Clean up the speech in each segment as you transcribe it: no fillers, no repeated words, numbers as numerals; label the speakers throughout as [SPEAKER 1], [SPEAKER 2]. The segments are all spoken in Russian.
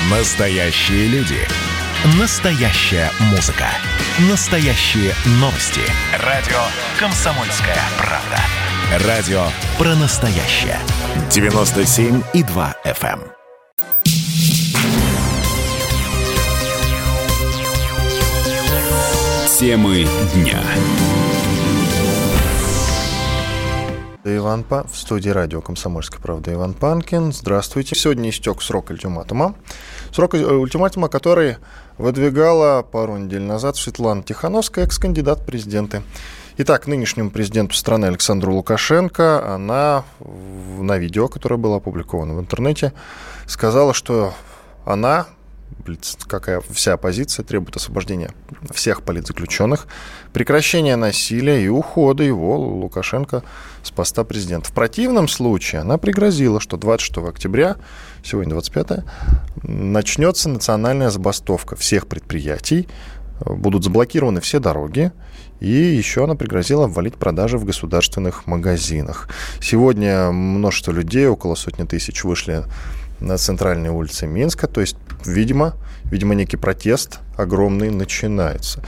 [SPEAKER 1] Настоящие люди. Настоящая музыка. Настоящие новости. Радио «Комсомольская правда». Радио про настоящее. 97,2 FM. Темы дня.
[SPEAKER 2] В студии радио «Комсомольская правда» Иван Панкин. Здравствуйте. Сегодня истек срок ультиматума. Срок ультиматума, который выдвигала пару недель назад Светлана Тихановская, экс-кандидат в президенты. Итак, нынешнему президенту страны Александру Лукашенко она на видео, которое было опубликовано в интернете, сказала, что она, как и вся оппозиция, требует освобождения всех политзаключенных, прекращения насилия и ухода его, Лукашенко, с поста президента. В противном случае она пригрозила, что 26 октября, сегодня 25, начнется национальная забастовка всех предприятий, будут заблокированы все дороги, и еще она пригрозила обвалить продажи в государственных магазинах. Сегодня множество людей, около сотни тысяч, вышли на центральные улицы Минска, то есть, видимо, некий протест огромный начинается.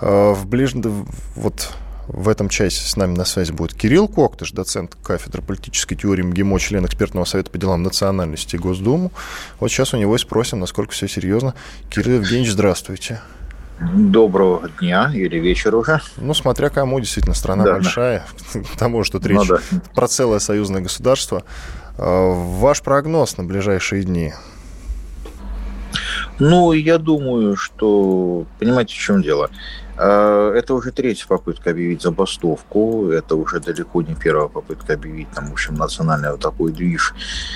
[SPEAKER 2] В этом часе с нами на связи будет Кирилл Коктыш, доцент кафедры политической теории МГИМО, член экспертного совета по делам национальности и Госдумы. Вот сейчас у него и спросим, насколько все серьезно. Кирилл Евгеньевич, здравствуйте.
[SPEAKER 3] Доброго дня или вечера уже.
[SPEAKER 2] Смотря кому, действительно, страна большая, к тому, что речь про целое союзное государство. Ваш прогноз на ближайшие дни?
[SPEAKER 3] Я думаю, что... Понимаете, в чем дело? Это уже третья попытка объявить забастовку. Это уже далеко не первая попытка объявить, национальный такой движ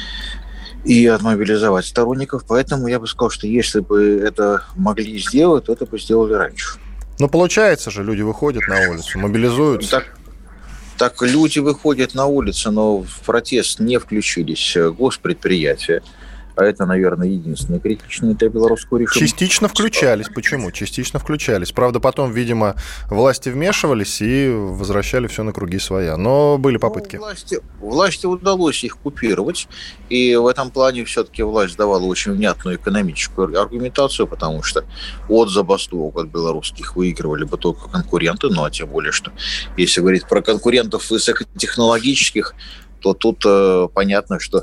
[SPEAKER 3] и отмобилизовать сторонников. Поэтому я бы сказал, что если бы это могли сделать, то это бы сделали раньше.
[SPEAKER 2] Получается же, люди выходят на улицу, мобилизуются.
[SPEAKER 3] Так люди выходят на улицу, но в протест не включились госпредприятия. А это, наверное, единственное критичное для белорусского режима.
[SPEAKER 2] Частично включались. Почему? Частично включались. Правда, потом, видимо, власти вмешивались и возвращали все на круги своя. Но были попытки.
[SPEAKER 3] Власти удалось их купировать. И в этом плане все-таки власть давала очень внятную экономическую аргументацию, потому что от забастовок от белорусских выигрывали бы только конкуренты. А тем более, что если говорить про конкурентов высокотехнологических, то тут понятно, что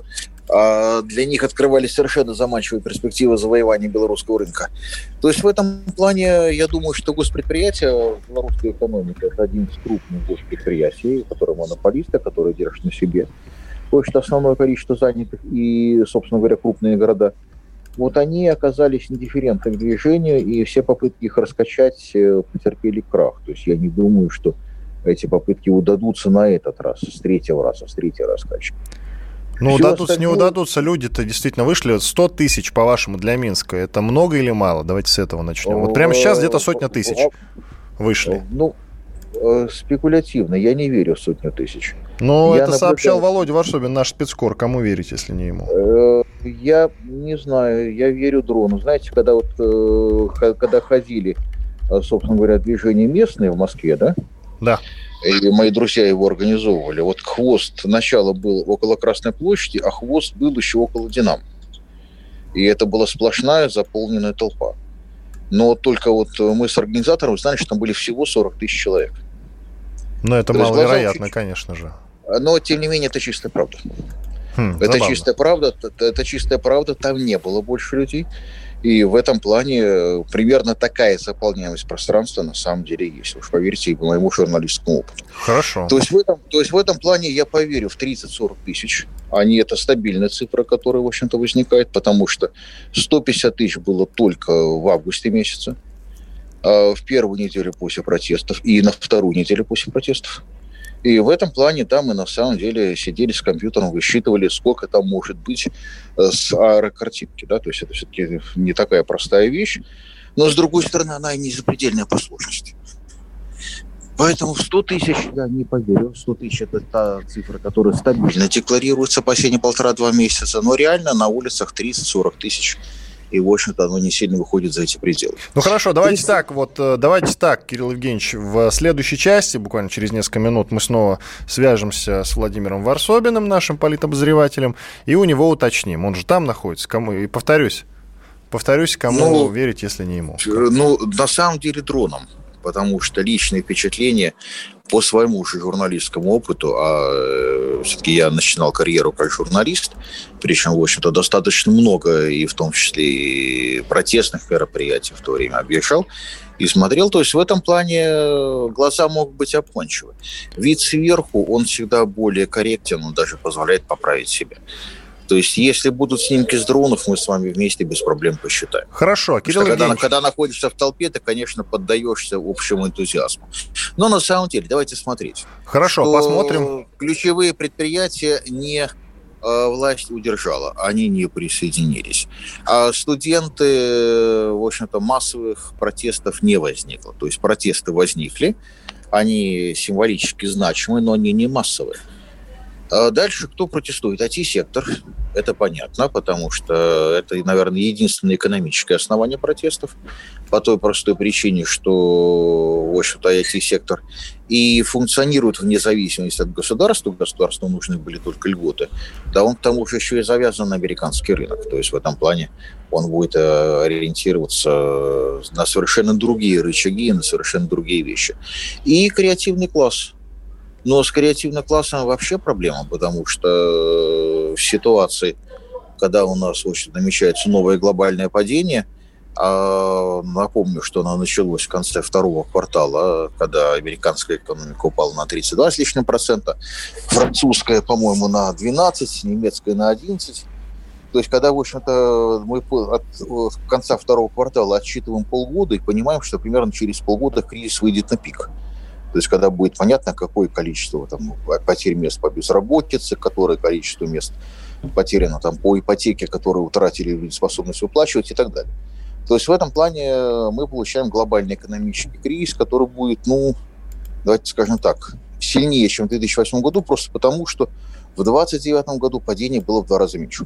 [SPEAKER 3] для них открывались совершенно заманчивые перспективы завоевания белорусского рынка. То есть в этом плане, я думаю, что госпредприятия, белорусская экономика, это один из крупных госпредприятий, которые монополисты, которые держат на себе основное количество занятых и, собственно говоря, крупные города. Они оказались индифферентны к движению, и все попытки их раскачать потерпели крах. То есть я не думаю, что эти попытки удадутся на этот раз, с третьего раза качать.
[SPEAKER 2] Удадутся, не удадутся. Люди-то действительно вышли. 100 тысяч, по-вашему, для Минска. Это много или мало? Давайте с этого начнем. Прямо сейчас где-то 100 тысяч вышли.
[SPEAKER 3] Спекулятивно. Я не верю в 100 тысяч.
[SPEAKER 2] Это сообщал Володя Варсобин, наш спецкор. Кому верить, если не ему?
[SPEAKER 3] Я не знаю. Я верю дрону. Знаете, когда ходили, собственно говоря, движения местные в Москве, да?
[SPEAKER 2] Да.
[SPEAKER 3] И мои друзья его организовывали. Хвост начало был около Красной площади, а хвост был еще около Динамо. И это была сплошная заполненная толпа. Но только мы с организатором знали, что там были всего 40 тысяч человек.
[SPEAKER 2] Это маловероятно, конечно же.
[SPEAKER 3] Но, тем не менее, это чистая правда. Это чистая правда, там не было больше людей. И в этом плане примерно такая заполняемость пространства на самом деле есть. Уж поверьте моему журналистскому опыту.
[SPEAKER 2] Хорошо.
[SPEAKER 3] То есть в этом плане я поверю в 30-40 тысяч. Это стабильная цифра, которая, в общем-то, возникает, потому что 150 тысяч было только в августе месяце, в первую неделю после протестов и на вторую неделю после протестов. И в этом плане, мы на самом деле сидели с компьютером, высчитывали, сколько там может быть с аэрокартинки. То есть это все-таки не такая простая вещь. Но, с другой стороны, она и не запредельная по сложности. Поэтому в 100 тысяч я не поверю. 100 тысяч – это та цифра, которая стабильно декларируется последние 1,5-2 месяца. Но реально на улицах 30-40 тысяч. И, в общем-то, оно не сильно выходит за эти пределы.
[SPEAKER 2] Хорошо, давайте так, Кирилл Евгеньевич, в следующей части, буквально через несколько минут, мы снова свяжемся с Владимиром Варсобиным, нашим политобозревателем, и у него уточним. Он же там находится. И повторюсь, Повторюсь, кому верить, если не ему?
[SPEAKER 3] На самом деле дроном, потому что личные впечатления по своему же журналистскому опыту, а все-таки я начинал карьеру как журналист, причем, в общем-то, достаточно много, и в том числе и протестных мероприятий в то время объезжал и смотрел. То есть в этом плане глаза могут быть обманчивы. Вид сверху, он всегда более корректен, он даже позволяет поправить себя. То есть, если будут снимки с дронов, мы с вами вместе без проблем посчитаем.
[SPEAKER 2] Хорошо, Кирилл Евгеньевич.
[SPEAKER 3] Когда находишься в толпе, ты, конечно, поддаешься общему энтузиазму. Но на самом деле, давайте смотреть.
[SPEAKER 2] Хорошо, посмотрим.
[SPEAKER 3] Ключевые предприятия не власть удержала, они не присоединились. А студенты, в общем-то, массовых протестов не возникло. То есть, протесты возникли, они символически значимы, но они не массовые. Дальше кто протестует? IT-сектор. Это понятно, потому что это, наверное, единственное экономическое основание протестов. По той простой причине, что, в общем-то, IT-сектор и функционирует вне зависимости от государства. Государству нужны были только льготы. Да он, к тому же, еще и завязан на американский рынок. То есть в этом плане он будет ориентироваться на совершенно другие рычаги, на совершенно другие вещи. И креативный класс. Но с креативным классом вообще проблема, потому что в ситуации, когда у нас очень намечается новое глобальное падение, напомню, что оно началось в конце второго квартала, когда американская экономика упала на 32 с лишним процента, французская, по-моему, на 12, немецкая на 11. То есть, когда, в общем-то, мы от конца второго квартала отсчитываем полгода и понимаем, что примерно через полгода кризис выйдет на пик. То есть, когда будет понятно, какое количество потерь мест по безработице, какое количество мест потеряно по ипотеке, которые утратили способность выплачивать и так далее. То есть, в этом плане мы получаем глобальный экономический кризис, который будет, давайте скажем так, сильнее, чем в 2008 году, просто потому, что в 2029 году падение было в 2 раза меньше.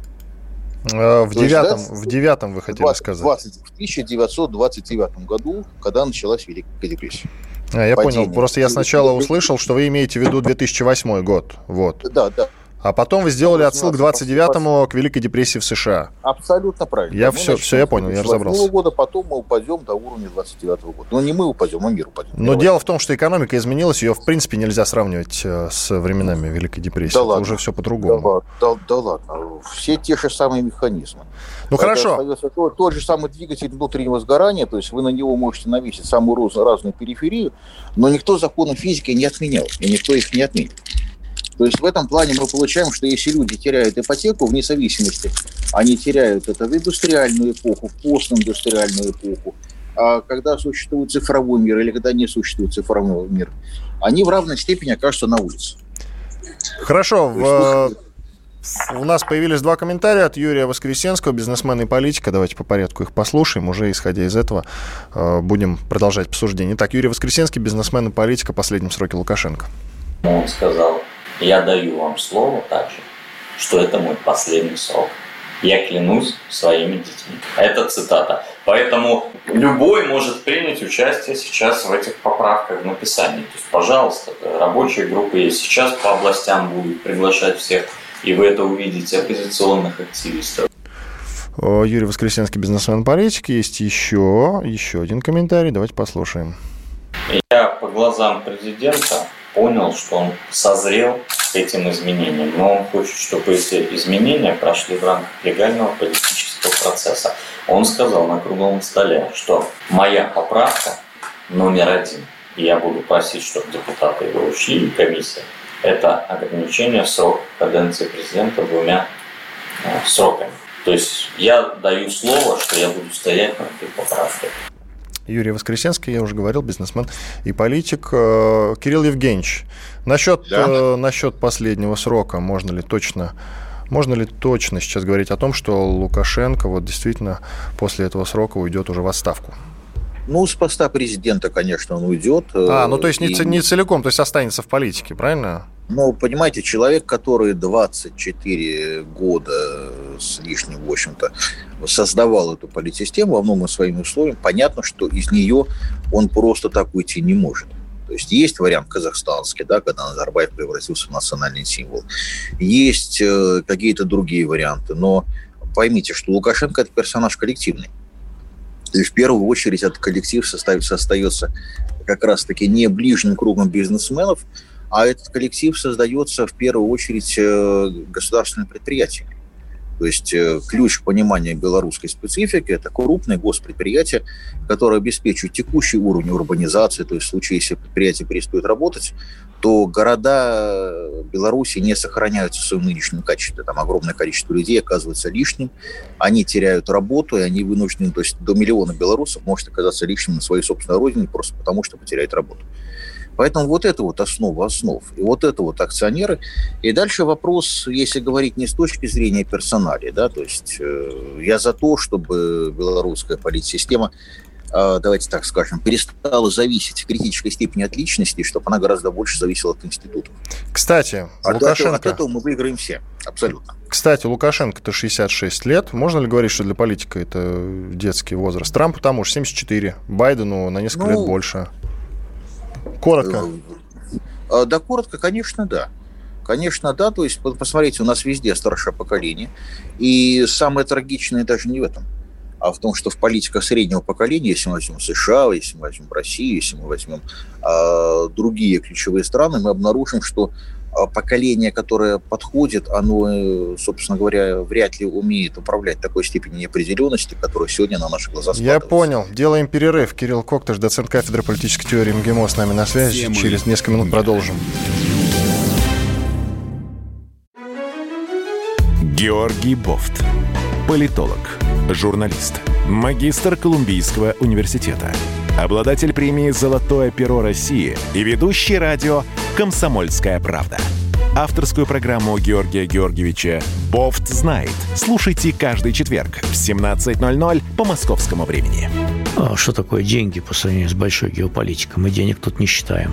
[SPEAKER 2] В девятом вы хотели сказать.
[SPEAKER 3] В 1929 году, когда началась Великая депрессия.
[SPEAKER 2] Я понял. Просто я сначала услышал, что вы имеете в виду 2008 год. Вот.
[SPEAKER 3] Да.
[SPEAKER 2] А потом вы сделали отсылку к 29-му, к Великой депрессии в США.
[SPEAKER 3] Абсолютно правильно.
[SPEAKER 2] Я понял, я разобрался.
[SPEAKER 3] Года, потом мы упадем до уровня 29-го года. Но не мы упадем, а мир упадет.
[SPEAKER 2] Но дело в том, что экономика изменилась, ее в принципе нельзя сравнивать с временами Великой депрессии.
[SPEAKER 3] Да
[SPEAKER 2] это
[SPEAKER 3] ладно.
[SPEAKER 2] уже все по-другому.
[SPEAKER 3] Да ладно. Все те же самые механизмы.
[SPEAKER 2] Хорошо.
[SPEAKER 3] Тот же самый двигатель внутреннего сгорания, то есть вы на него можете навесить самую разную периферию, но никто законы физики не отменял, и никто их не отменит. То есть в этом плане мы получаем, что если люди теряют ипотеку, вне зависимости, они теряют это в индустриальную эпоху, в постиндустриальную эпоху, а когда существует цифровой мир или когда не существует цифровой мир, они в равной степени окажутся на улице.
[SPEAKER 2] Хорошо. У нас появились 2 комментария от Юрия Воскресенского, бизнесмена и политика. Давайте по порядку их послушаем. Уже исходя из этого будем продолжать обсуждение. Итак, Юрий Воскресенский, бизнесмен и политик о последнем сроке Лукашенко.
[SPEAKER 4] Он сказал: я даю вам слово также, что это мой последний срок. Я клянусь своими детьми. Это цитата. Поэтому любой может принять участие сейчас в этих поправках в написании. То есть, пожалуйста, рабочие группы есть. Сейчас по областям будут приглашать всех, и вы это увидите, оппозиционных активистов.
[SPEAKER 2] Юрий Воскресенский, бизнесмен и политик. Есть еще один комментарий. Давайте послушаем.
[SPEAKER 4] Я по глазам президента понял, что он созрел к этим изменениям, но он хочет, чтобы эти изменения прошли в рамках легального политического процесса. Он сказал на круглом столе, что моя поправка номер 1, и я буду просить, чтобы депутаты его учли, комиссия, это ограничение срока каденции президента 2 сроками. То есть я даю слово, что я буду стоять на этой поправке.
[SPEAKER 2] Юрий Воскресенский, я уже говорил, бизнесмен и политик. Кирилл Евгеньевич, насчет последнего срока, можно ли точно сейчас говорить о том, что Лукашенко действительно после этого срока уйдет уже в отставку?
[SPEAKER 3] С поста президента, конечно, он уйдет.
[SPEAKER 2] То есть не целиком, то есть останется в политике, правильно?
[SPEAKER 3] Понимаете, человек, который 24 года с лишним, в общем-то, создавал эту политсистему во многом своим условиям, понятно, что из нее он просто так уйти не может. То есть есть вариант казахстанский, когда Назарбаев превратился в национальный символ. Есть какие-то другие варианты, но поймите, что Лукашенко – это персонаж коллективный. И в первую очередь этот коллектив остается как раз-таки не ближним кругом бизнесменов, а этот коллектив создается в первую очередь государственным предприятием. То есть ключ к пониманию белорусской специфики – это крупные госпредприятия, которые обеспечивают текущий уровень урбанизации. То есть в случае, если предприятие перестает работать, то города Беларуси не сохраняются в своем нынешнем качестве. Там огромное количество людей оказывается лишним, они теряют работу, и они вынуждены, то есть до миллиона белорусов может оказаться лишним на своей собственной родине просто потому, что потеряет работу. Поэтому вот это вот основа основ. И вот это вот акционеры. И дальше вопрос, если говорить не с точки зрения персоналии, да, то есть я за то, чтобы белорусская политсистема, давайте так скажем, перестала зависеть в критической степени от личности, чтобы она гораздо больше зависела от институтов.
[SPEAKER 2] Кстати,
[SPEAKER 3] Лукашенко... От этого мы выиграем все, абсолютно.
[SPEAKER 2] Кстати, Лукашенко-то 66 лет. Можно ли говорить, что для политика это детский возраст? Трампу тому же 74, Байдену на несколько лет больше. Коротко.
[SPEAKER 3] Да, коротко, конечно, да. Конечно, да. То есть, посмотрите, у нас везде старшее поколение. И самое трагичное даже не в этом, а в том, что в политиках среднего поколения, если мы возьмем США, если мы возьмем Россию, если мы возьмем другие ключевые страны, мы обнаружим, что поколение, которое подходит, оно, собственно говоря, вряд ли умеет управлять такой степенью неопределенности, которая сегодня на наших глазах складывается.
[SPEAKER 2] Я понял. Делаем перерыв. Кирилл Коктыш, доцент кафедры политической теории МГИМО, с нами на связи. Через несколько минут продолжим.
[SPEAKER 1] Георгий Бофт. Политолог, журналист, магистр Колумбийского университета, обладатель премии «Золотое перо России» и ведущий радио «Комсомольская правда». Авторскую программу Георгия Георгиевича «Бофт знает». Слушайте каждый четверг в 17:00 по московскому времени.
[SPEAKER 5] А что такое деньги по сравнению с большой геополитикой? Мы денег тут не считаем.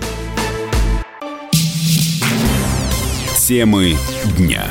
[SPEAKER 1] Темы дня.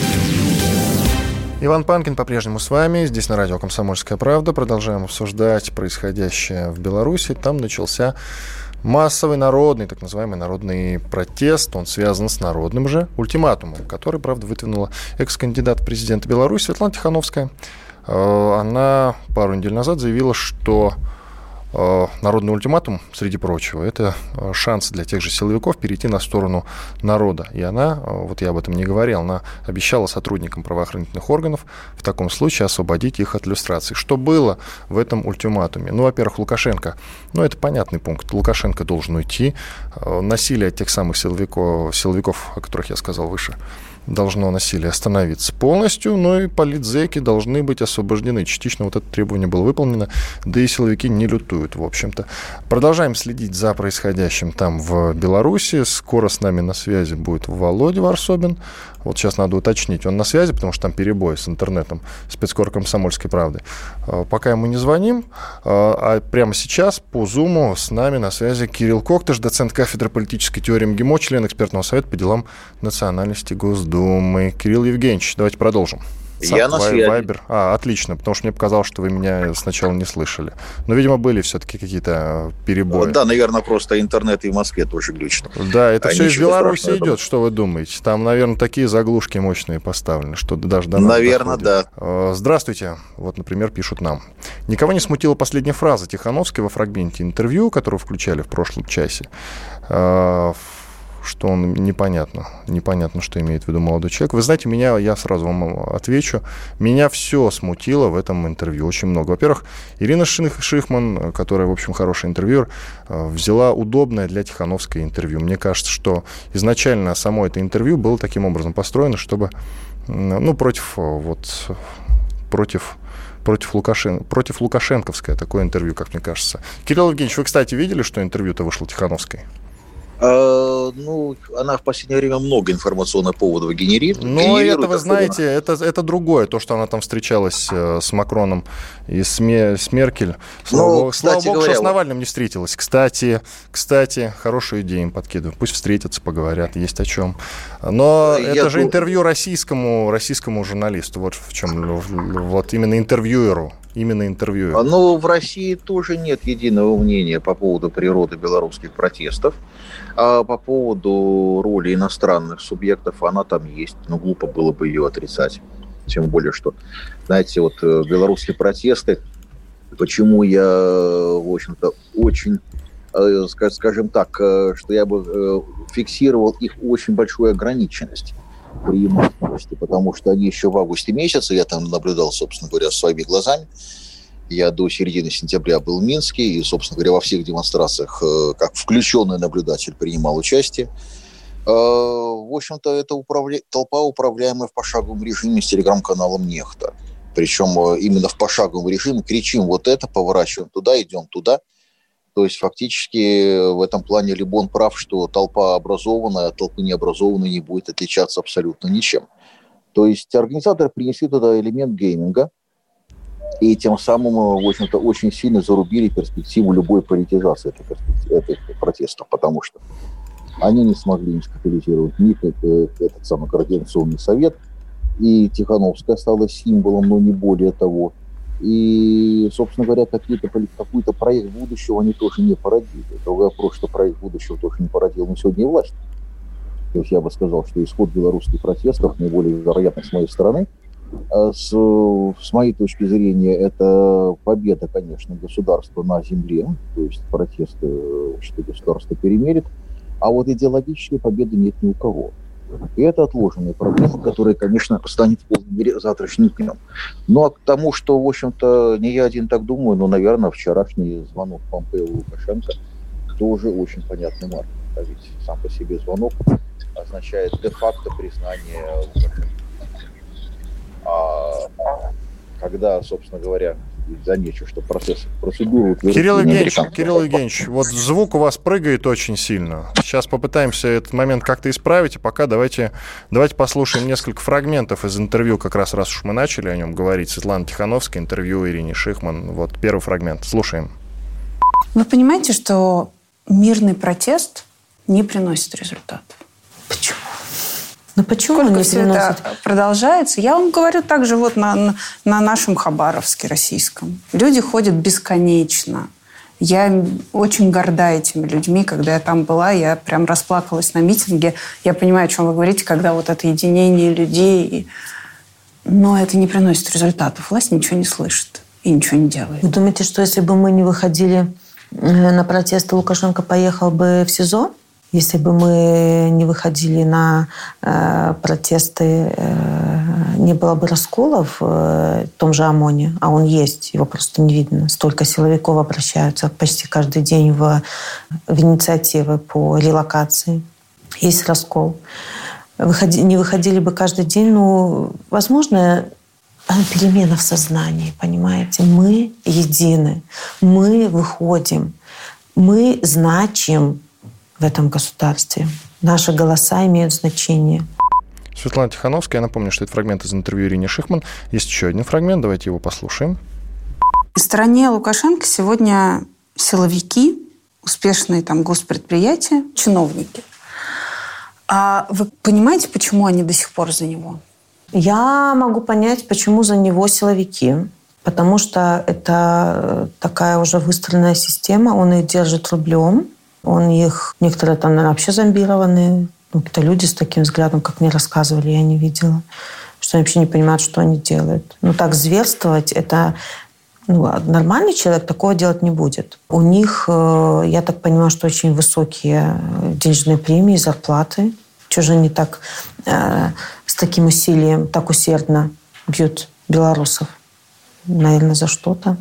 [SPEAKER 2] Иван Панкин по-прежнему с вами. Здесь на радио «Комсомольская правда». Продолжаем обсуждать происходящее в Беларуси. Там начался массовый народный, так называемый народный протест. Он связан с народным же ультиматумом, который, правда, выдвинула экс-кандидат в президенты Беларуси Светлана Тихановская. Она пару недель назад заявила, что народный ультиматум, среди прочего, это шанс для тех же силовиков перейти на сторону народа. И она, вот я об этом не говорил, она обещала сотрудникам правоохранительных органов в таком случае освободить их от люстрации. Что было в этом ультиматуме? Ну, во-первых, Лукашенко. Ну, это понятный пункт. Лукашенко должен уйти. Насилие тех самых силовиков, о которых я сказал выше, должно насилие остановиться полностью, но и политзеки должны быть освобождены. Частично вот это требование было выполнено, да и силовики не лютуют, в общем-то. Продолжаем следить за происходящим там в Беларуси. Скоро с нами на связи будет Володя Варсобин. Вот сейчас надо уточнить, он на связи, потому что там перебои с интернетом, спецкор «Комсомольской правды». Пока ему не звоним, а прямо сейчас по Зуму с нами на связи Кирилл Коктыш, доцент кафедры политической теории МГИМО, член экспертного совета по делам национальности Госдумы. Кирилл Евгеньевич, давайте продолжим.
[SPEAKER 3] Я на связи.
[SPEAKER 2] Вайбер. Отлично, потому что мне показалось, что вы меня сначала не слышали. Но, видимо, были все-таки какие-то перебои.
[SPEAKER 3] Да, наверное, просто интернет и в Москве тоже глючит.
[SPEAKER 2] Да, это все из Беларуси идет, что вы думаете? Там, наверное, такие заглушки мощные поставлены, что даже до нас
[SPEAKER 3] наверное,
[SPEAKER 2] доходит.
[SPEAKER 3] Да.
[SPEAKER 2] Здравствуйте. Вот, например, пишут нам. Никого не смутила последняя фраза Тихановской во фрагменте интервью, которую включали в прошлом часе. Что он непонятно, что имеет в виду молодой человек. Вы знаете, я сразу вам отвечу, меня все смутило в этом интервью, очень много. Во-первых, Ирина Шихман, которая, в общем, хороший интервьюер, взяла удобное для Тихановской интервью. Мне кажется, что изначально само это интервью было таким образом построено, чтобы, против лукашенковское такое интервью, как мне кажется. Кирилл Евгеньевич, вы, кстати, видели, что интервью-то вышло Тихановской?
[SPEAKER 3] Она в последнее время много информационных поводов генерирует.
[SPEAKER 2] Но это, вы знаете, это другое. То, что она там встречалась с Макроном и с Меркель. Слава богу, что с Навальным не встретилась. Кстати, хорошую идею им подкидываю. Пусть встретятся, поговорят, есть о чем. Но это же интервью российскому журналисту. Вот в чем, вот именно интервьюеру.
[SPEAKER 3] В России тоже нет единого мнения по поводу природы белорусских протестов. А по поводу роли иностранных субъектов она там есть. Но глупо было бы ее отрицать. Тем более, что, знаете, вот белорусские протесты, почему я, в общем-то, очень, скажем так, что я бы фиксировал их очень большую ограниченность при массовости, потому что они еще в августе месяце, я там наблюдал, собственно говоря, своими глазами, я до середины сентября был в Минске, и, собственно говоря, во всех демонстрациях, как включенный наблюдатель, принимал участие. В общем-то, это толпа, управляемая в пошаговом режиме с телеграм-каналом «Нехта». Причем именно в пошаговом режиме кричим вот это, поворачиваем туда, идем туда. То есть фактически в этом плане Либон прав, что толпа образованная от толпы необразованной не будет отличаться абсолютно ничем. То есть организаторы принесли туда элемент гейминга, и тем самым, в общем-то, очень сильно зарубили перспективу любой политизации этих протестов, потому что они не смогли институализировать ни этот самый Координационный совет, и Тихановская стала символом, но не более того. И, собственно говоря, какой-то проект будущего они тоже не породили. Другой вопрос, что проект будущего тоже не породил на сегодня и власть. То есть я бы сказал, что исход белорусских протестов наиболее вероятный с моей стороны. С моей точки зрения, это победа, конечно, государства на земле, то есть протесты, что государство перемерит, а вот идеологической победы нет ни у кого. И это отложенная проблема, которая, конечно, станет в полной мере завтрашним днем. Но к тому, что, в общем-то, не я один так думаю, но, наверное, вчерашний звонок Помпео Лукашенко тоже очень понятный маркер. А ведь сам по себе звонок означает де-факто признание Лукашенко. А когда, собственно говоря, замечу, что процедуру...
[SPEAKER 2] Кирилл Евгеньевич, вот звук у вас прыгает очень сильно. Сейчас попытаемся этот момент как-то исправить, и пока давайте послушаем несколько фрагментов из интервью, как раз уж мы начали о нем говорить, Светлана Тихановская, интервью Ирине Шихман. Вот первый фрагмент. Слушаем.
[SPEAKER 6] Вы понимаете, что мирный протест не приносит результатов? Почему?
[SPEAKER 7] Но почему
[SPEAKER 6] Сколько
[SPEAKER 7] не
[SPEAKER 6] все это продолжается? Я вам говорю также вот на нашем Хабаровске российском. Люди ходят бесконечно. Я очень горда этими людьми. Когда я там была, я прям расплакалась на митинге. Я понимаю, о чем вы говорите, когда вот это единение людей. Но это не приносит результатов. Власть ничего не слышит и ничего не делает.
[SPEAKER 7] Вы думаете, что если бы мы не выходили на протесты, Лукашенко поехал бы в СИЗО? Если бы мы не выходили на протесты, не было бы расколов в том же ОМОНе, а он есть, его просто не видно. Столько силовиков обращаются почти каждый день в инициативы по релокации. Есть раскол. Не выходили бы каждый день, возможно, перемена в сознании, понимаете? Мы едины, мы выходим, мы значим в этом государстве. Наши голоса имеют значение.
[SPEAKER 2] Светлана Тихановская, я напомню, что это фрагмент из интервью Ирине Шихман. Есть еще один фрагмент, давайте его послушаем.
[SPEAKER 6] В стране Лукашенко сегодня силовики, успешные там госпредприятия, чиновники. А вы понимаете, почему они до сих пор за него?
[SPEAKER 7] Я могу понять, почему за него силовики. Потому что это такая уже выстроенная система, он их держит рублем. Некоторые там, наверное, вообще зомбированные. Какие-то люди с таким взглядом, как мне рассказывали, я не видела. Что они вообще не понимают, что они делают. Так зверствовать, это... нормальный человек такого делать не будет. У них, я так понимаю, что очень высокие денежные премии, зарплаты. Чего же они так с таким усилием, так усердно бьют белорусов? Наверное, за что-то.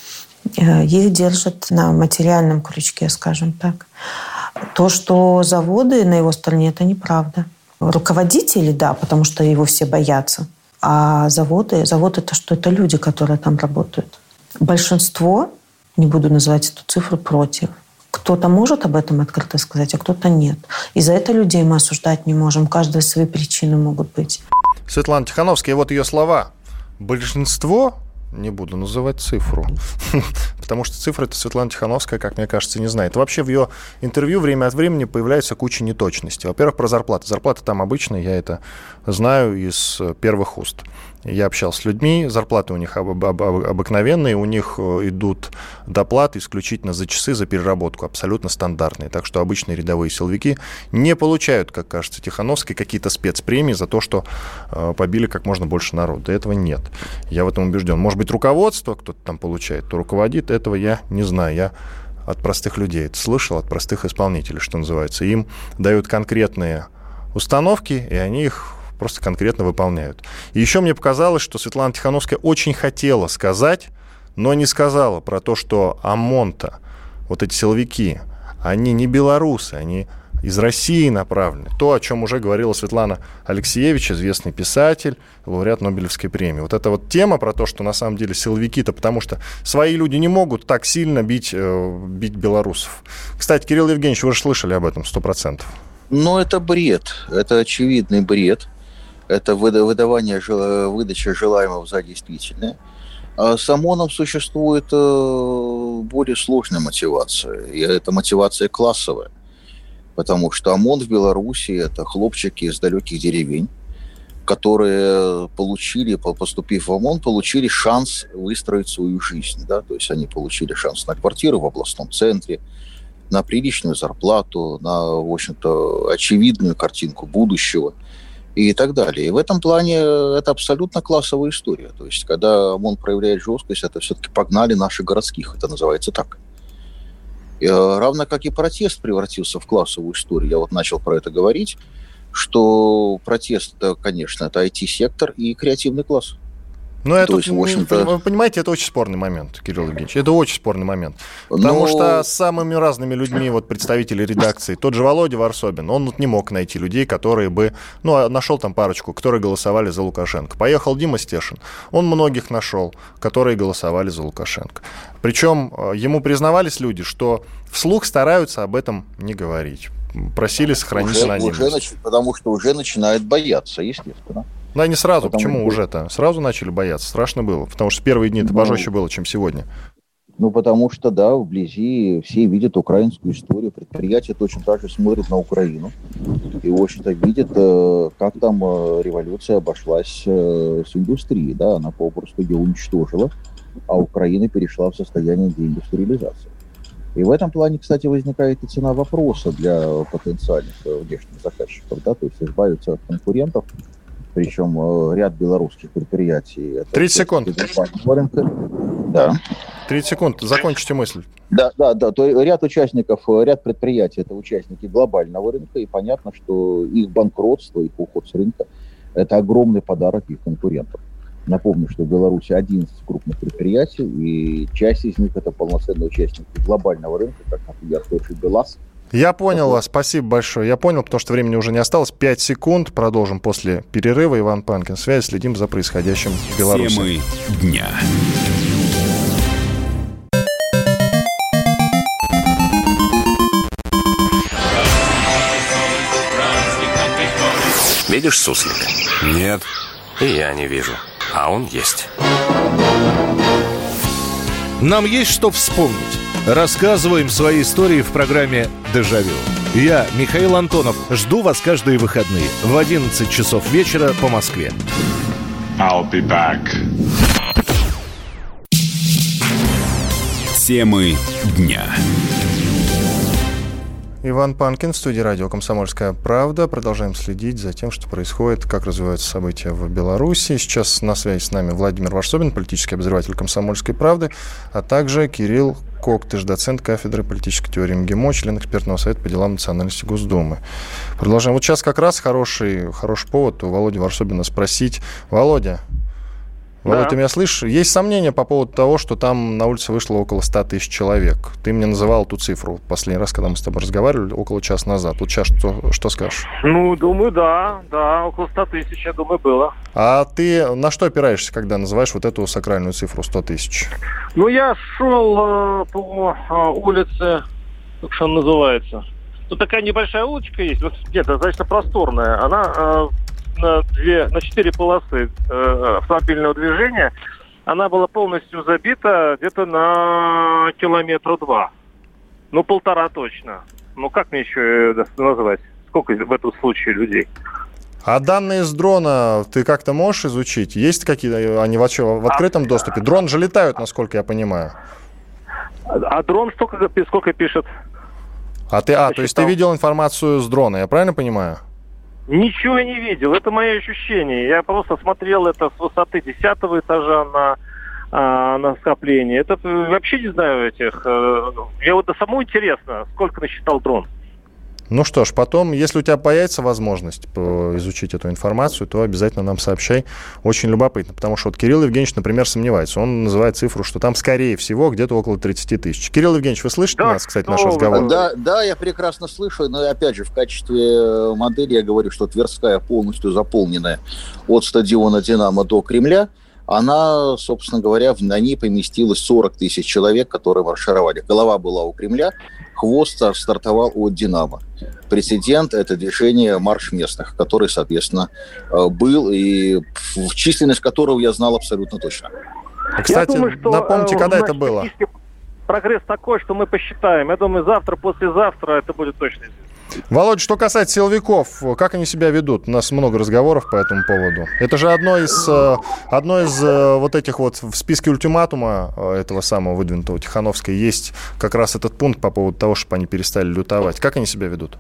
[SPEAKER 7] Их держат на материальном крючке, скажем так. То, что заводы на его стороне, это неправда. Руководители, да, потому что его все боятся. А заводы это что? Это люди, которые там работают. Большинство, не буду называть эту цифру, против. Кто-то может об этом открыто сказать, а кто-то нет. И за это людей мы осуждать не можем. У каждого свои причины могут быть.
[SPEAKER 2] Светлана Тихановская, вот ее слова. Большинство... Не буду называть цифру, потому что цифры это Светлана Тихановская, как мне кажется, не знает. Вообще в ее интервью время от времени появляется куча неточностей. Во-первых, про зарплаты. Зарплаты там обычные, я это знаю из первых уст. Я общался с людьми, зарплаты у них обыкновенные, у них идут доплаты исключительно за часы, за переработку, абсолютно стандартные. Так что обычные рядовые силовики не получают, как кажется, Тихановской какие-то спецпремии за то, что побили как можно больше народа. Этого нет. Я в этом убежден. Может быть, руководство кто-то там получает, кто руководит, этого я не знаю. Я от простых людей это слышал, от простых исполнителей, что называется. Им дают конкретные установки, и они их просто конкретно выполняют. И еще мне показалось, что Светлана Тихановская очень хотела сказать, но не сказала про то, что ОМОН-то, вот эти силовики, они не белорусы, они из России направлены. То, о чем уже говорила Светлана Алексеевич, известный писатель, лауреат Нобелевской премии. Вот эта вот тема про то, что на самом деле силовики-то, потому что свои люди не могут так сильно бить белорусов. Кстати, Кирилл Евгеньевич, вы же слышали об этом 100%.
[SPEAKER 3] Но это бред, это очевидный бред. Это выдача желаемого за действительное. А с ОМОНом существует более сложная мотивация. И это мотивация классовая. Потому что ОМОН в Беларуси – это хлопчики из далеких деревень, которые получили, поступив в ОМОН, получили шанс выстроить свою жизнь. Да? То есть они получили шанс на квартиру в областном центре, на приличную зарплату, на, в общем-то, очевидную картинку будущего и так далее. И в этом плане это абсолютно классовая история. То есть, когда ОМОН проявляет жесткость, это все-таки погнали наших городских. Это называется так. И, равно как и протест превратился в классовую историю. Я вот начал про это говорить, что протест, это, конечно, это IT-сектор и креативный класс.
[SPEAKER 2] Ну, это, есть, вы понимаете, это очень спорный момент, Кирилл Евгеньевич. Это очень спорный момент. Потому что с самыми разными людьми, вот представители редакции, тот же Володя Варсобин, он вот не мог найти людей, которые бы... Ну, нашел там парочку, которые голосовали за Лукашенко. Поехал Дима Стешин, он многих нашел, которые голосовали за Лукашенко. Причем ему признавались люди, что вслух стараются об этом не говорить. Просили сохранить анонимность.
[SPEAKER 3] Потому что уже начинают бояться, естественно.
[SPEAKER 2] Да, не сразу. Почему уже-то? Сразу начали бояться. Страшно было. Потому что первые дни это пожестче было, чем сегодня.
[SPEAKER 3] Ну, потому что, да, вблизи все видят украинскую историю. Предприятия точно так же смотрят на Украину. И, в общем-то, видят, как там революция обошлась с индустрией. Да, она попросту ее уничтожила, а Украина перешла в состояние деиндустриализации. И в этом плане, кстати, возникает и цена вопроса для потенциальных внешних заказчиков. Да, то есть избавиться от конкурентов. Причем ряд белорусских предприятий...
[SPEAKER 2] 30 секунд.
[SPEAKER 3] Да.
[SPEAKER 2] 30 секунд. Закончите мысль.
[SPEAKER 3] Да. То ряд участников, ряд предприятий – это участники глобального рынка, и понятно, что их банкротство, их уход с рынка – это огромный подарок их конкурентам. Напомню, что в Беларуси 11 крупных предприятий, и часть из них – это полноценные участники глобального рынка, как, например, тот же БелАЗ.
[SPEAKER 2] Я понял вас, спасибо большое. Я понял, потому что времени уже не осталось. 5 секунд, продолжим после перерыва. Иван Панкин, связь, следим за происходящим в Беларуси.
[SPEAKER 1] Темы дня.
[SPEAKER 8] Видишь суслика?
[SPEAKER 1] Нет.
[SPEAKER 8] И я не вижу. А он есть.
[SPEAKER 9] Нам есть что вспомнить. Рассказываем свои истории в программе «Дежавю». Я, Михаил Антонов, жду вас каждые выходные в 11 часов вечера по Москве.
[SPEAKER 1] I'll be back. Темы дня.
[SPEAKER 2] Иван Панкин в студии радио «Комсомольская правда». Продолжаем следить за тем, что происходит, как развиваются события в Беларуси. Сейчас на связи с нами Владимир Варсобин, политический обозреватель «Комсомольской правды», а также Кирилл Коктыш, доцент кафедры политической теории МГИМО, член экспертного совета по делам национальности Госдумы. Продолжаем. Вот сейчас как раз хороший повод у Володи Варсобина спросить. Володя, ты меня слышишь? Есть сомнения по поводу того, что там на улице вышло около 100 тысяч человек. Ты мне называл ту цифру последний раз, когда мы с тобой разговаривали, около часа назад. Вот сейчас что скажешь?
[SPEAKER 10] Ну, думаю, да, около 100 тысяч, я думаю, было.
[SPEAKER 2] А ты на что опираешься, когда называешь вот эту сакральную цифру 100 тысяч?
[SPEAKER 10] Ну, я шел по улице, как же она называется. Тут такая небольшая улочка есть, вот где-то достаточно просторная. Она... на 4 полосы автомобильного движения, она была полностью забита где-то на 2 километра. Ну, 1,5 точно. Ну, как мне еще назвать? Сколько в этом случае людей?
[SPEAKER 2] А данные с дрона ты как-то можешь изучить? Есть какие-то, они вообще в открытом доступе? Дроны же летают, насколько я понимаю.
[SPEAKER 10] А дрон сколько пишет?
[SPEAKER 2] То есть ты видел информацию с дрона, я правильно понимаю?
[SPEAKER 10] Ничего я не видел, это мои ощущения. Я просто смотрел это с высоты 10-го этажа на скопление. Это вообще не знаю этих... Я вот самому интересно, сколько насчитал дрон.
[SPEAKER 2] Ну что ж, потом, если у тебя появится возможность изучить эту информацию, то обязательно нам сообщай. Очень любопытно, потому что вот Кирилл Евгеньевич, например, сомневается. Он называет цифру, что там, скорее всего, где-то около 30 тысяч. Кирилл Евгеньевич, вы слышите нас, кстати, наш разговор?
[SPEAKER 3] Да, я прекрасно слышу, но опять же, в качестве модели я говорю, что Тверская полностью заполненная от стадиона «Динамо» до Кремля. Она, собственно говоря, на ней поместилось 40 тысяч человек, которые маршировали. Голова была у Кремля, хвост стартовал от «Динамо». Прецедент – это движение «Марш местных», который, соответственно, был, и численность которого я знал абсолютно точно.
[SPEAKER 2] Кстати, напомните, когда это было?
[SPEAKER 10] Прогресс такой, что мы посчитаем. Я думаю, завтра, послезавтра это будет точно известно.
[SPEAKER 2] Володя, что касается силовиков, как они себя ведут? У нас много разговоров по этому поводу. Это же одно из вот этих вот в списке ультиматума этого самого выдвинутого Тихановской есть как раз этот пункт по поводу того, чтобы они перестали лютовать. Как они себя ведут?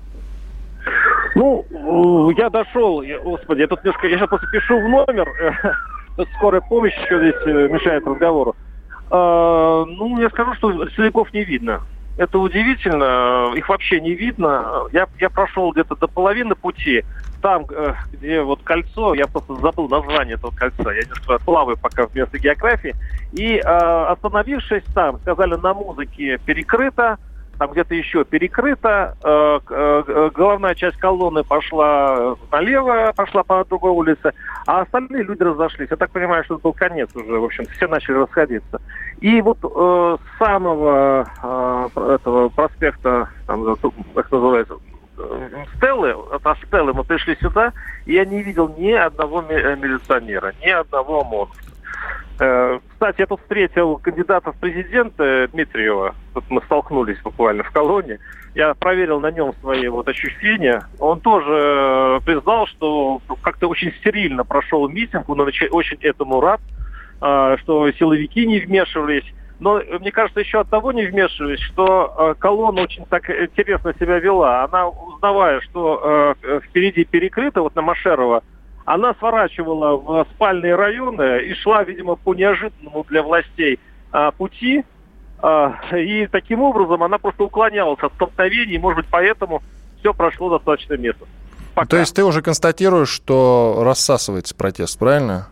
[SPEAKER 10] Ну, я дошел, господи, я тут немножко, я сейчас просто пишу в номер, тут скорая помощь еще здесь мешает разговору. Ну, я скажу, что силовиков не видно. Это удивительно, их вообще не видно. Я прошел где-то до половины пути, там, где вот кольцо, я просто забыл название этого кольца, я немножко плаваю пока вместо географии, и остановившись там, сказали, на музыке перекрыто, там где-то еще перекрыто, головная часть колонны пошла налево, пошла по другой улице, а остальные люди разошлись. Я так понимаю, что это был конец уже, в общем, все начали расходиться. И вот с самого этого проспекта, там, как называется, Стеллы, от Стеллы мы пришли сюда, и я не видел ни одного милиционера, ни одного ОМОНовца. Кстати, я тут встретил кандидата в президенты Дмитриева. Тут мы столкнулись буквально в колонне. Я проверил на нем свои вот ощущения. Он тоже признал, что как-то очень стерильно прошел митинг. Он очень этому рад, что силовики не вмешивались. Но, мне кажется, еще от того не вмешивались, что колонна очень так интересно себя вела. Она, узнавая, что впереди перекрыто, вот на Машерова, она сворачивала в спальные районы и шла, видимо, по неожиданному для властей пути. И таким образом она просто уклонялась от столкновений. Может быть, поэтому все прошло достаточно мирно. Пока.
[SPEAKER 2] То есть ты уже констатируешь, что рассасывается протест, правильно?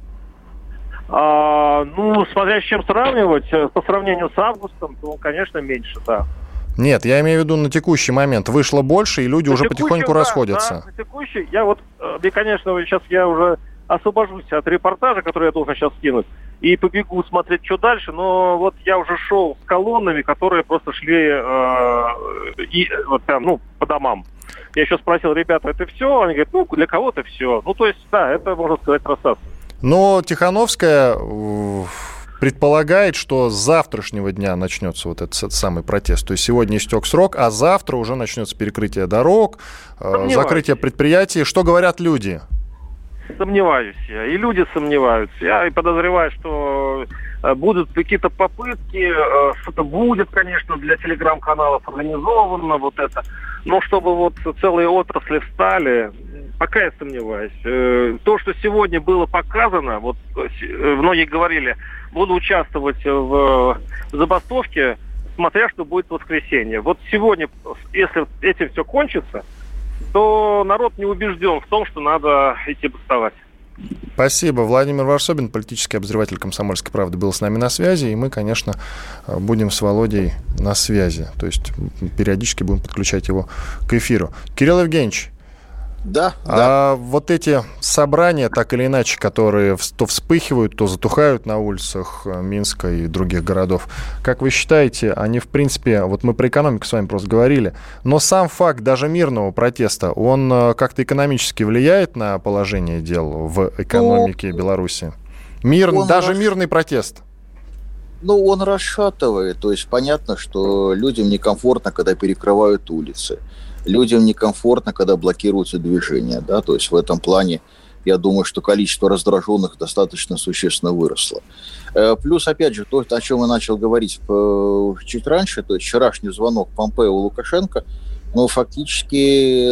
[SPEAKER 10] Ну, смотря с чем сравнивать, по сравнению с августом, то, конечно, меньше, да.
[SPEAKER 2] Нет, я имею в виду на текущий момент. Вышло больше, и люди уже потихоньку расходятся.
[SPEAKER 10] Да, на текущий. Мне, конечно, сейчас я уже освобожусь от репортажа, который я должен сейчас скинуть, и побегу смотреть, что дальше. Но вот я уже шел с колоннами, которые просто шли вот прям, по домам. Я еще спросил, ребята, это все? Они говорят, для кого-то все. Ну, то есть, да, это, можно сказать, рассадка.
[SPEAKER 2] Но Тихановская предполагает, что с завтрашнего дня начнется вот этот самый протест. То есть сегодня истек срок, а завтра уже начнется перекрытие дорог, закрытие предприятий. Что говорят люди?
[SPEAKER 10] Сомневаюсь я. И люди сомневаются. Я и подозреваю, что будут какие-то попытки, что-то будет, конечно, для телеграм-каналов организовано вот это. Но чтобы вот целые отрасли встали, пока я сомневаюсь. То, что сегодня было показано, вот многие говорили, буду участвовать в забастовке, смотря что будет в воскресенье. Вот сегодня, если этим все кончится, то народ не убежден в том, что надо идти бастовать.
[SPEAKER 2] Спасибо. Владимир Варсобин, политический обозреватель «Комсомольской правды», был с нами на связи, и мы, конечно, будем с Володей на связи. То есть периодически будем подключать его к эфиру. Кирилл Евгеньевич,
[SPEAKER 3] да.
[SPEAKER 2] Вот эти собрания, так или иначе, которые то вспыхивают, то затухают на улицах Минска и других городов, как вы считаете, они, в принципе, вот мы про экономику с вами просто говорили, но сам факт даже мирного протеста, он как-то экономически влияет на положение дел в экономике Беларуси? Мирный протест.
[SPEAKER 3] Он расшатывает. То есть понятно, что людям некомфортно, когда перекрывают улицы. людям некомфортно, когда блокируются движения, да, то есть в этом плане я думаю, что количество раздраженных достаточно существенно выросло. Плюс, опять же, то, о чем я начал говорить чуть раньше, то есть вчерашний звонок Помпео Лукашенко, ну, фактически,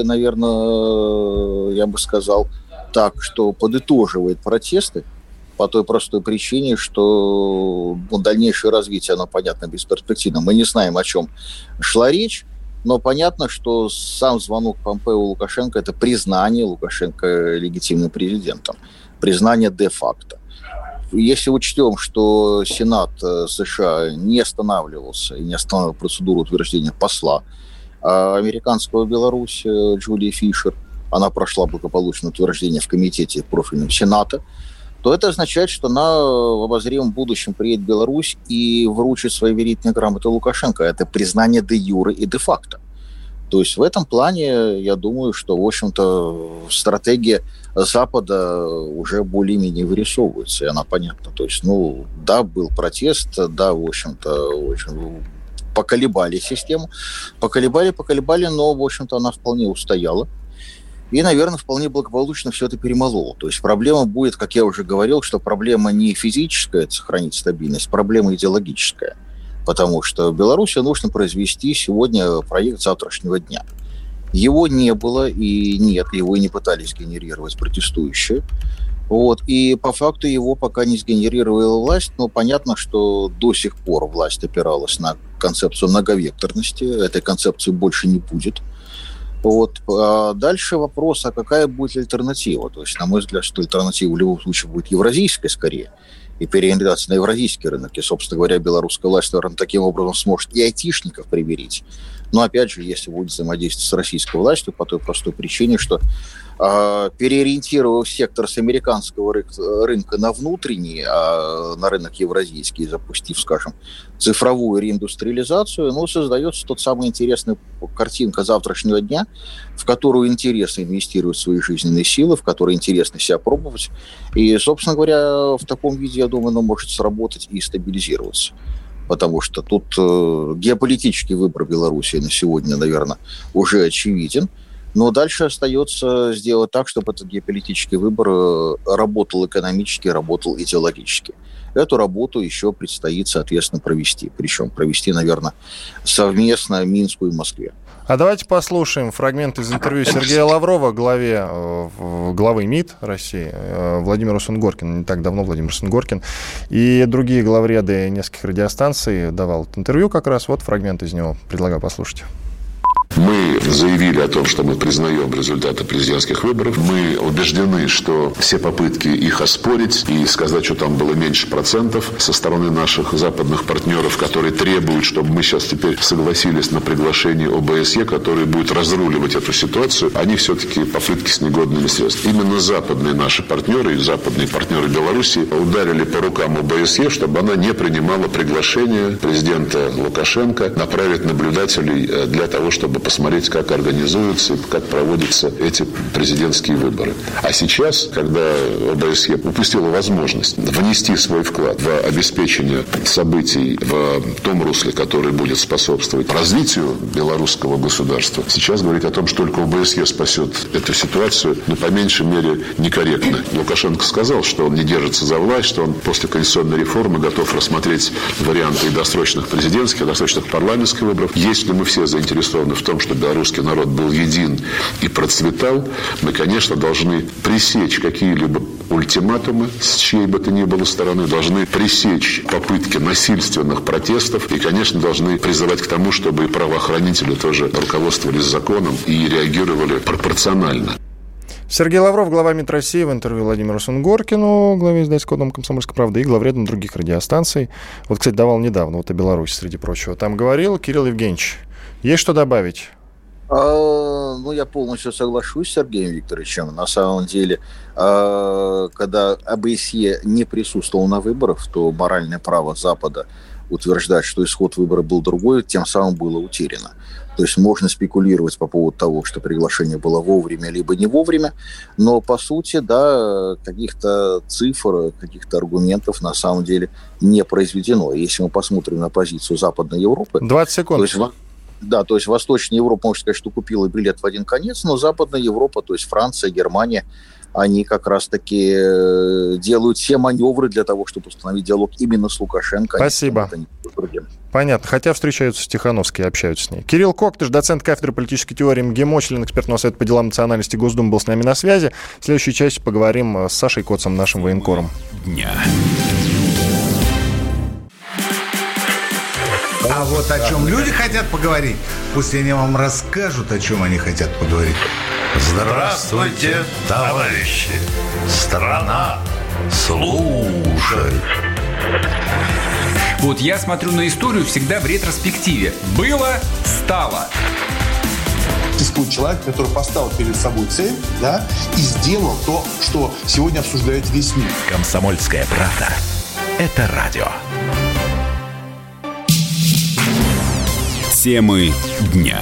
[SPEAKER 3] наверное, я бы сказал так, что подытоживает протесты по той простой причине, что дальнейшее развитие, оно, понятно, бесперспективно. Мы не знаем, о чем шла речь, но понятно, что сам звонок Помпео Лукашенко – это признание Лукашенко легитимным президентом, признание де-факто. Если учтем, что Сенат США не останавливался и не останавливал процедуру утверждения посла американского в Беларуси Джулии Фишер, она прошла благополучное утверждение в комитете профильном Сената, то это означает, что она в обозримом будущем приедет в Беларусь и вручит свои верительные грамоты Лукашенко. Это признание де юре и де факто. То есть в этом плане, я думаю, что, в общем-то, стратегия Запада уже более-менее вырисовывается, и она понятна. То есть, ну, да, был протест, да, в общем-то, поколебали систему, поколебали, но, в общем-то, она вполне устояла. И, наверное, вполне благополучно все это перемололо. То есть проблема будет, как я уже говорил, что проблема не физическая, это сохранить стабильность, проблема идеологическая. Потому что в Беларуси нужно произвести сегодня проект завтрашнего дня. Его не было и нет, его и не пытались генерировать протестующие. Вот. И по факту его пока не сгенерировала власть, но понятно, что до сих пор власть опиралась на концепцию многовекторности. Этой концепции больше не будет. Вот. А дальше вопрос, а какая будет альтернатива? То есть, на мой взгляд, что альтернатива в любом случае будет евразийская скорее, и переориентация на евразийский рынок. И, собственно говоря, белорусская власть, наверное, таким образом сможет и айтишников примирить. Но, опять же, если будет взаимодействовать с российской властью, по той простой причине, что переориентировав сектор с американского рынка на внутренний, на рынок евразийский, запустив, скажем, цифровую реиндустриализацию, ну, создается тот самый интересная картинка завтрашнего дня, в которую интересно инвестировать свои жизненные силы, в которой интересно себя пробовать. И, собственно говоря, в таком виде, я думаю, оно может сработать и стабилизироваться. Потому что тут геополитический выбор Беларуси на сегодня, наверное, уже очевиден. Но дальше остается сделать так, чтобы этот геополитический выбор работал экономически, работал идеологически. Эту работу еще предстоит, соответственно, провести. Причем провести, наверное, совместно в Минску и Москве.
[SPEAKER 2] А давайте послушаем фрагмент из интервью Сергея Лаврова, главы МИД России, Владимиру Сунгоркину. Не так давно Владимир Сунгоркин и другие главреды нескольких радиостанций давал интервью как раз. Вот фрагмент из него. Предлагаю послушать.
[SPEAKER 11] Мы заявили о том, что мы признаем результаты президентских выборов. Мы убеждены, что все попытки их оспорить и сказать, что там было меньше процентов со стороны наших западных партнеров, которые требуют, чтобы мы сейчас теперь согласились на приглашение ОБСЕ, который будет разруливать эту ситуацию, они все-таки попытки с негодными средствами. Именно западные наши партнеры и западные партнеры Беларуси ударили по рукам ОБСЕ, чтобы она не принимала приглашение президента Лукашенко направить наблюдателей для того, чтобы посмотреть, как организуются и как проводятся эти президентские выборы. А сейчас, когда ОБСЕ упустила возможность внести свой вклад в обеспечение событий в том русле, который будет способствовать развитию белорусского государства, сейчас говорить о том, что только ОБСЕ спасет эту ситуацию, ну, по меньшей мере, некорректно. Лукашенко сказал, что он не держится за власть, что он после конституционной реформы готов рассмотреть варианты и досрочных президентских, и досрочных парламентских выборов. Если мы все заинтересованы в том, чтобы белорусский народ был един и процветал, мы, конечно, должны пресечь какие-либо ультиматумы с чьей бы то ни было стороны, должны пресечь попытки насильственных протестов и, конечно, должны призывать к тому, чтобы и правоохранители тоже руководствовались законом и реагировали пропорционально.
[SPEAKER 2] Сергей Лавров, глава МИД России, в интервью Владимиру Сунгоркину, главе издательского дома «Комсомольская правда», и главредам других радиостанций. Вот, кстати, давал недавно, вот о Беларуси, среди прочего. Там говорил Кирилл Евгеньевич. Есть что добавить?
[SPEAKER 3] Ну, я полностью соглашусь с Сергеем Викторовичем. На самом деле, когда ОБСЕ не присутствовал на выборах, то моральное право Запада утверждать, что исход выборов был другой, тем самым было утеряно. То есть можно спекулировать по поводу того, что приглашение было вовремя либо не вовремя, но по сути, да, каких-то цифр, каких-то аргументов на самом деле не произведено. Если мы посмотрим на позицию Западной Европы...
[SPEAKER 2] 20 секунд.
[SPEAKER 3] То есть, Да, то есть Восточная Европа, можно сказать, что купила билет в один конец, но Западная Европа, то есть Франция, Германия, они как раз-таки делают все маневры для того, чтобы установить диалог именно с Лукашенко.
[SPEAKER 2] Спасибо. Понятно. Хотя встречаются с Тихановской и общаются с ней. Кирилл Коктыш, доцент кафедры политической теории МГИМО, член экспертного совета по делам национальности Госдумы, был с нами на связи. В следующей части поговорим с Сашей Коцем, нашим военкором.
[SPEAKER 12] Дня. А вот о чем люди хотят поговорить, пусть они вам расскажут, о чем они хотят поговорить.
[SPEAKER 13] Здравствуйте, товарищи! Страна слушает!
[SPEAKER 14] Вот я смотрю на историю всегда в ретроспективе. Было, стало.
[SPEAKER 15] Существует человек, который поставил перед собой цель, да, и сделал то, что сегодня обсуждает весь мир.
[SPEAKER 1] «Комсомольская правда» — это радио.
[SPEAKER 12] Темы дня.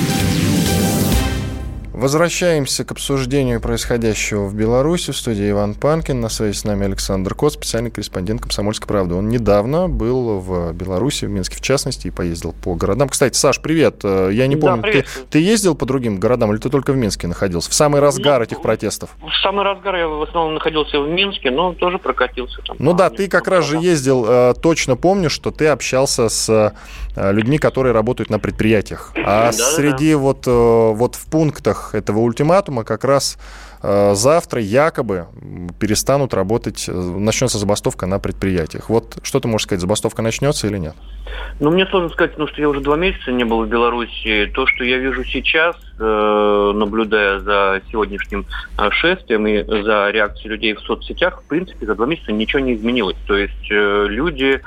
[SPEAKER 2] Возвращаемся к обсуждению происходящего в Беларуси. В студии Иван Панкин. На связи с нами Александр Коц, специальный корреспондент «Комсомольской правды». Он недавно был в Беларуси, в Минске в частности, и поездил по городам. Кстати, Саш, привет. Я не помню, ты ездил по другим городам или ты только в Минске находился? В самый разгар этих протестов?
[SPEAKER 10] В самый разгар я в основном находился в Минске, но тоже прокатился там.
[SPEAKER 2] Ну да, ты как раз же ездил, точно помню, что ты общался с людьми, которые работают на предприятиях. А среди вот в пунктах этого ультиматума как раз завтра якобы перестанут работать, начнется забастовка на предприятиях. Вот что ты можешь сказать, забастовка начнется или нет?
[SPEAKER 10] Ну, мне сложно сказать, потому что я уже 2 месяца не был в Беларуси. То, что я вижу сейчас, наблюдая за сегодняшним шествием и за реакцией людей в соцсетях, в принципе, за 2 месяца ничего не изменилось. То есть люди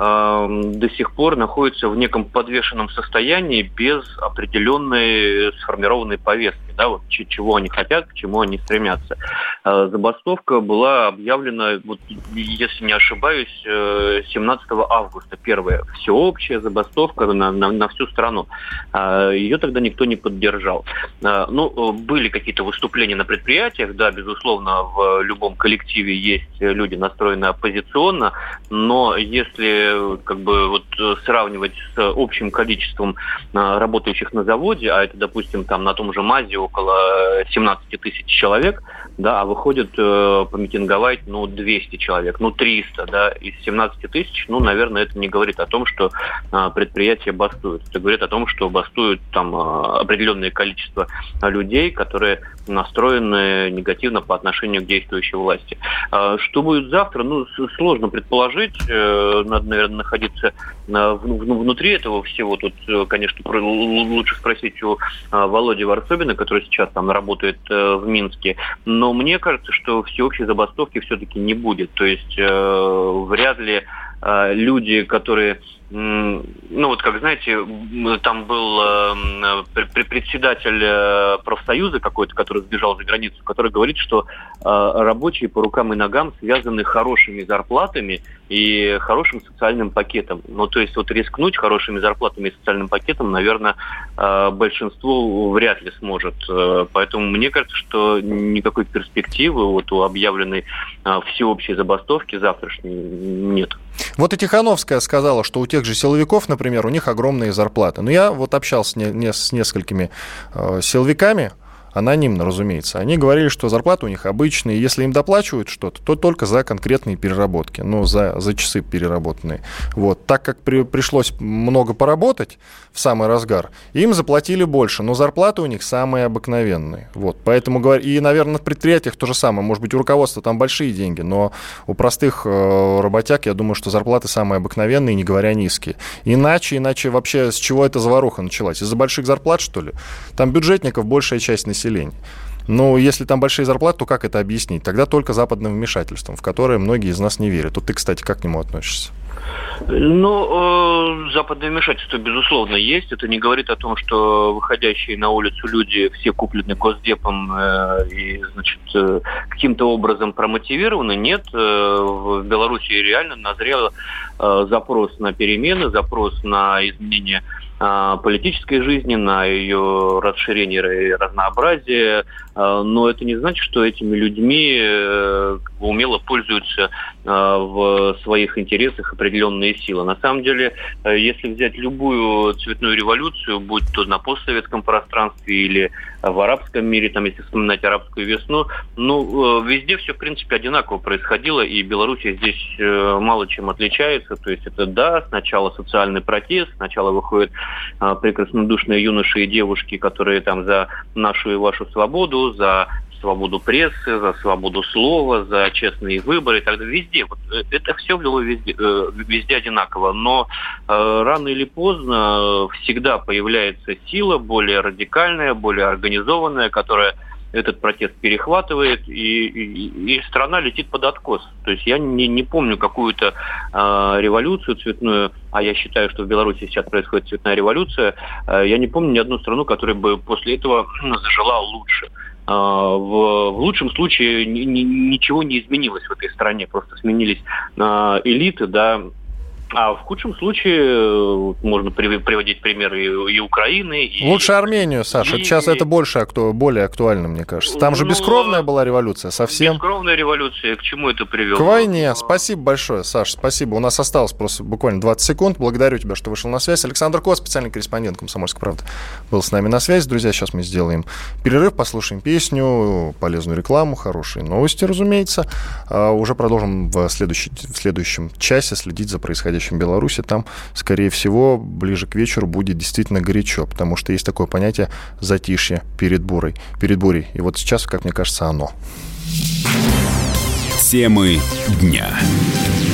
[SPEAKER 10] до сих пор находятся в неком подвешенном состоянии без определенной сформированной повестки, да, вот чего они хотят, к чему они стремятся. Забастовка была объявлена, вот, если не ошибаюсь, 17 августа, первая всеобщая забастовка на всю страну. Ее тогда никто не поддержал. Ну, были какие-то выступления на предприятиях, да, безусловно, в любом коллективе есть люди, настроенные оппозиционно, но если как бы вот сравнивать с общим количеством работающих на заводе, а это, допустим, там на том же МАЗе около 17 тысяч человек, да, а выходит помитинговать, 200 человек, 300, да, из 17 тысяч, наверное, это не говорит о том, что предприятия бастуют. Это говорит о том, что бастуют там определенное количество людей, которые настроены негативно по отношению к действующей власти. Что будет завтра, сложно предположить. Надо, наверное, находиться внутри этого всего. Тут, конечно, лучше спросить у Володи Варсобина, который сейчас там работает в Минске. Но мне кажется, что всеобщей забастовки все-таки не будет. То есть вряд ли люди, которые, как знаете, там был председатель профсоюза какой-то, который сбежал за границу, который говорит, что рабочие по рукам и ногам связаны хорошими зарплатами и хорошим социальным пакетом. То есть вот рискнуть хорошими зарплатами и социальным пакетом, наверное, большинство вряд ли сможет. Поэтому мне кажется, что никакой перспективы вот у объявленной всеобщей забастовки завтрашней нет.
[SPEAKER 2] Вот и Тихановская сказала, что у тех же силовиков, например, у них огромные зарплаты. Но я вот общался с несколькими силовиками, анонимно, разумеется. Они говорили, что зарплаты у них обычные. Если им доплачивают что-то, то только за конкретные переработки, за часы переработанные. Вот. Так как пришлось много поработать в самый разгар, им заплатили больше, но зарплаты у них самые обыкновенные. Вот. Поэтому, и, наверное, на предприятиях то же самое. Может быть, у руководства там большие деньги, но у простых работяг, я думаю, что зарплаты самые обыкновенные, не говоря низкие. Иначе вообще с чего эта заваруха началась? Из-за больших зарплат, что ли? Там бюджетников большая часть населения. Но если там большие зарплаты, то как это объяснить? Тогда только западным вмешательством, в которое многие из нас не верят. Вот ты, кстати, как к нему относишься?
[SPEAKER 10] Западное вмешательство, безусловно, есть. Это не говорит о том, что выходящие на улицу люди все куплены Госдепом и, каким-то образом промотивированы. Нет, в Беларуси реально назрел запрос на перемены, запрос на изменение
[SPEAKER 16] политической жизни, на ее расширение и разнообразие, но это не значит, что этими людьми умело пользуются в своих интересах определенные силы. На самом деле, если взять любую цветную революцию, будь то на постсоветском пространстве или в арабском мире, там, если вспоминать арабскую весну, везде все, в принципе, одинаково происходило, и Белоруссия здесь мало чем отличается. То есть это, да, сначала социальный протест, сначала выходят прекраснодушные юноши и девушки, которые там за нашу и вашу свободу, за свободу прессы, за свободу слова, за честные выборы и так далее. Везде. Вот, это все было везде одинаково. Но рано или поздно всегда появляется сила более радикальная, более организованная, которая этот протест перехватывает, и страна летит под откос. То есть я не помню какую-то революцию цветную, а я считаю, что в Беларуси сейчас происходит цветная революция, я не помню ни одну страну, которая бы после этого зажила лучше. В лучшем случае ничего не изменилось в этой стране, просто сменились элиты, да. А в худшем случае можно приводить примеры и Украины. И
[SPEAKER 2] лучше Армению, Саша. Сейчас это более актуально, мне кажется. Там же бескровная была революция совсем.
[SPEAKER 16] Бескровная революция. К чему это привело?
[SPEAKER 2] К войне. Спасибо большое, Саша. Спасибо. У нас осталось просто буквально 20 секунд. Благодарю тебя, что вышел на связь. Александр Кот, специальный корреспондент «Комсомольской правды», был с нами на связи. Друзья, сейчас мы сделаем перерыв, послушаем песню, полезную рекламу, хорошие новости, разумеется. Уже продолжим в следующем часе следить за происходящим в Беларуси. Там, скорее всего, ближе к вечеру будет действительно горячо, потому что есть такое понятие затишье перед бурей. И вот сейчас, как мне кажется, оно.
[SPEAKER 17] Темы дня.